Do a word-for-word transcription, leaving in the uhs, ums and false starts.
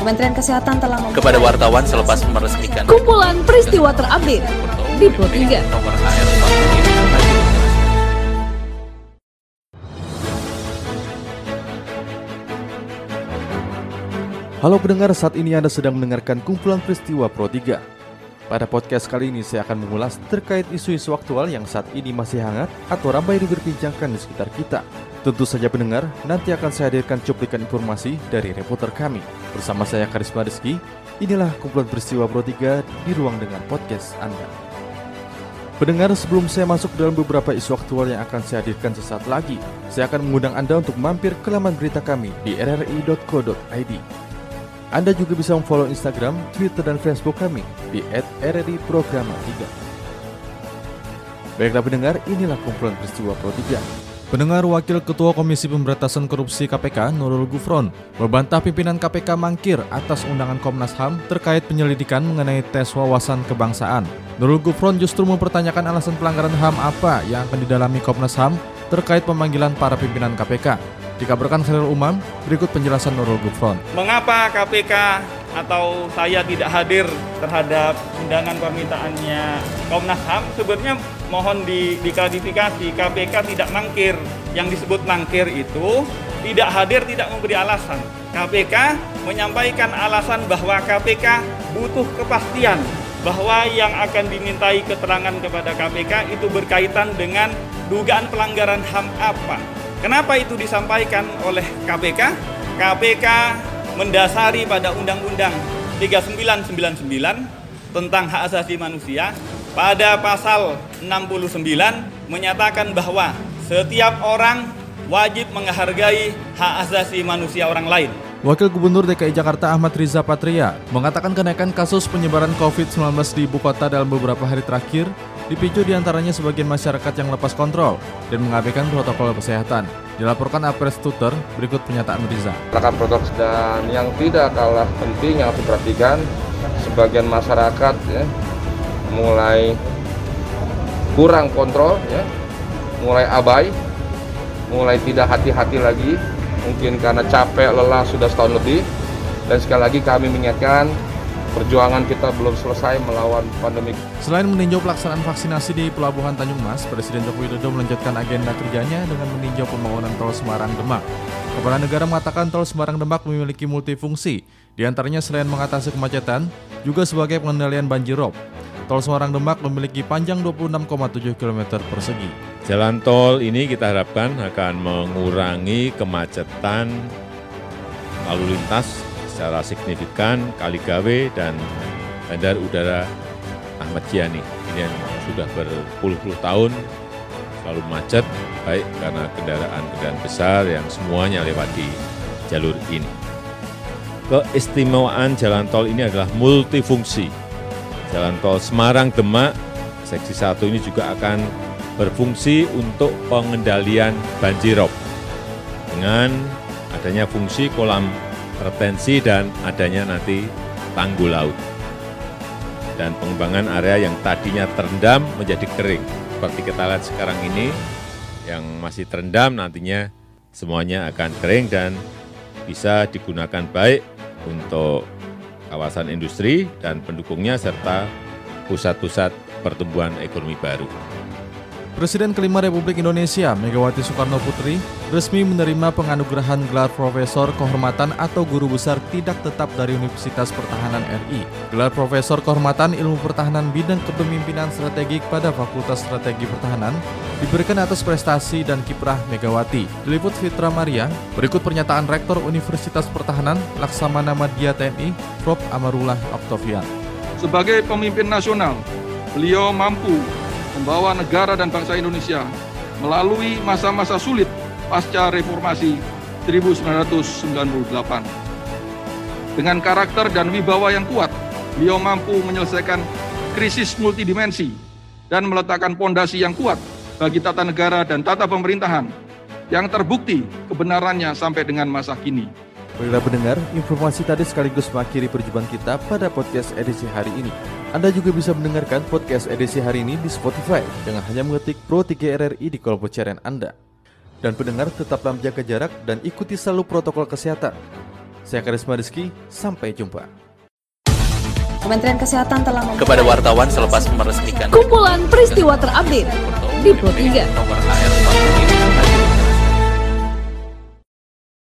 Kementerian Kesehatan telah memulai kepada wartawan selepas meresmikan kumpulan peristiwa terupdate di Pro tiga. Halo pendengar, saat ini Anda sedang mendengarkan kumpulan peristiwa Pro tiga. Pada podcast kali ini saya akan mengulas terkait isu-isu aktual yang saat ini masih hangat atau ramai diperbincangkan di sekitar kita. Tentu saja pendengar, nanti akan saya hadirkan cuplikan informasi dari reporter kami. Bersama saya Karisma Rizky, inilah kumpulan peristiwa Pro tiga di ruang dengar podcast Anda. Pendengar, sebelum saya masuk dalam beberapa isu aktual yang akan saya hadirkan sesaat lagi, saya akan mengundang Anda untuk mampir ke laman berita kami di r r i dot co dot i d. Anda juga bisa memfollow Instagram, Twitter, dan Facebook kami di et r r i programa tiga. Baiklah pendengar, inilah kumpulan peristiwa Pro tiga. Pendengar, Wakil Ketua Komisi Pemberantasan Korupsi K P K, Nurul Gufron, membantah pimpinan K P K mangkir atas undangan Komnas H A M terkait penyelidikan mengenai tes wawasan kebangsaan. Nurul Gufron justru mempertanyakan alasan pelanggaran H A M apa yang akan didalami Komnas H A M terkait pemanggilan para pimpinan K P K. Dikabarkan Khairul Umam, berikut penjelasan Nurul Gufron. Mengapa K P K atau saya tidak hadir terhadap undangan permintaannya Komnas H A M? Sebenarnya mohon di, diklarifikasi, K P K tidak mangkir. Yang disebut mangkir itu tidak hadir, tidak memberi alasan. K P K menyampaikan alasan bahwa K P K butuh kepastian bahwa yang akan dimintai keterangan kepada K P K itu berkaitan dengan dugaan pelanggaran H A M apa. Kenapa itu disampaikan oleh K P K? K P K mendasari pada Undang-Undang tiga puluh sembilan sembilan puluh sembilan tentang hak asasi manusia. Pada pasal enam puluh sembilan menyatakan bahwa setiap orang wajib menghargai hak asasi manusia orang lain. Wakil Gubernur D K I Jakarta Ahmad Riza Patria mengatakan kenaikan kasus penyebaran covid sembilan belas di ibu kota dalam beberapa hari terakhir dipicu diantaranya sebagian masyarakat yang lepas kontrol dan mengabaikan protokol kesehatan. Dilaporkan Apres Tutor, berikut pernyataan Riza. Melakukan protokol dan yang tidak kalah penting yang harus diperhatikan, sebagian masyarakat ya, mulai kurang kontrol, ya, mulai abai, mulai tidak hati-hati lagi, mungkin karena capek, lelah sudah setahun lebih. Dan sekali lagi kami mengingatkan, perjuangan kita belum selesai melawan pandemi. Selain meninjau pelaksanaan vaksinasi di Pelabuhan Tanjung Mas, Presiden Joko Widodo melanjutkan agenda kerjanya dengan meninjau pembangunan Tol Semarang-Demak. Kepala Negara mengatakan Tol Semarang-Demak memiliki multifungsi, di antaranya selain mengatasi kemacetan, juga sebagai pengendalian banjirop. Tol Semarang-Demak memiliki panjang dua puluh enam koma tujuh kilometer persegi. Jalan tol ini kita harapkan akan mengurangi kemacetan lalu lintas secara signifikan Kaligawe dan Bandar Udara Ahmad Yani. Ini yang sudah berpuluh-puluh tahun selalu macet, baik karena kendaraan-kendaraan besar yang semuanya lewat di jalur ini. Keistimewaan jalan tol ini adalah multifungsi. Jalan tol Semarang-Demak, seksi satu ini juga akan berfungsi untuk pengendalian banjirop dengan adanya fungsi kolam retensi dan adanya nanti tanggul laut dan pengembangan area yang tadinya terendam menjadi kering. Seperti kita lihat sekarang ini yang masih terendam nantinya semuanya akan kering dan bisa digunakan baik untuk kawasan industri dan pendukungnya serta pusat-pusat pertumbuhan ekonomi baru. Presiden kelima Republik Indonesia, Megawati Soekarno Putri, resmi menerima penganugerahan gelar Profesor Kehormatan atau Guru Besar Tidak Tetap dari Universitas Pertahanan R I. Gelar Profesor Kehormatan Ilmu Pertahanan Bidang Kepemimpinan Strategik pada Fakultas Strategi Pertahanan diberikan atas prestasi dan kiprah Megawati. Diliput Fitra Maria, berikut pernyataan Rektor Universitas Pertahanan Laksamana Madya T N I, Profesor Amarullah Octavian. Sebagai pemimpin nasional, beliau mampu membawa negara dan bangsa Indonesia melalui masa-masa sulit pasca reformasi seribu sembilan ratus sembilan puluh delapan. Dengan karakter dan wibawa yang kuat, beliau mampu menyelesaikan krisis multidimensi dan meletakkan pondasi yang kuat bagi tata negara dan tata pemerintahan yang terbukti kebenarannya sampai dengan masa kini. Baiklah pendengar, informasi tadi sekaligus mengakhiri perjumpaan kita pada podcast edisi hari ini. Anda juga bisa mendengarkan podcast edisi hari ini di Spotify dengan hanya mengetik Pro tiga R R I di kolom pencarian Anda. Dan pendengar tetaplah menjaga jarak dan ikuti selalu protokol kesehatan. Saya Karisma Rizky, sampai jumpa. Kementerian Kesehatan telah memulai Kepada wartawan selepas meresmikan kumpulan peristiwa terupdate di Pro tiga. nomor A R